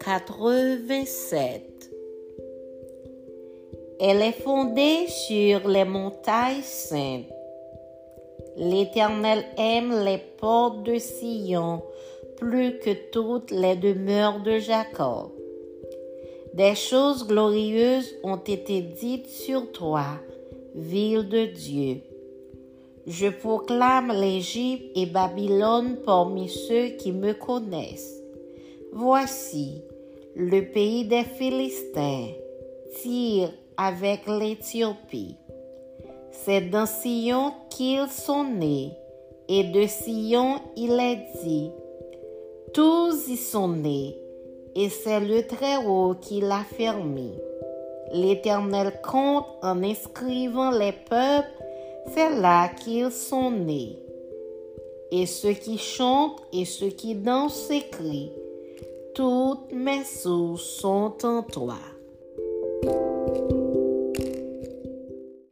87. Elle est fondée sur les montagnes saintes. L'Éternel aime les portes de Sion plus que toutes les demeures de Jacob. Des choses glorieuses ont été dites sur toi, ville de Dieu. Je proclame l'Égypte et Babylone parmi ceux qui me connaissent. Voici, le pays des Philistins, Tyr avec l'Éthiopie. C'est dans Sion qu'ils sont nés, et de Sion il est dit, tous y sont nés, et c'est le Très-Haut qui l'a fermé. L'Éternel compte en inscrivant les peuples, c'est là qu'ils sont nés. Et ceux qui chantent et ceux qui dansent s'écrient, toutes mes sources sont en toi.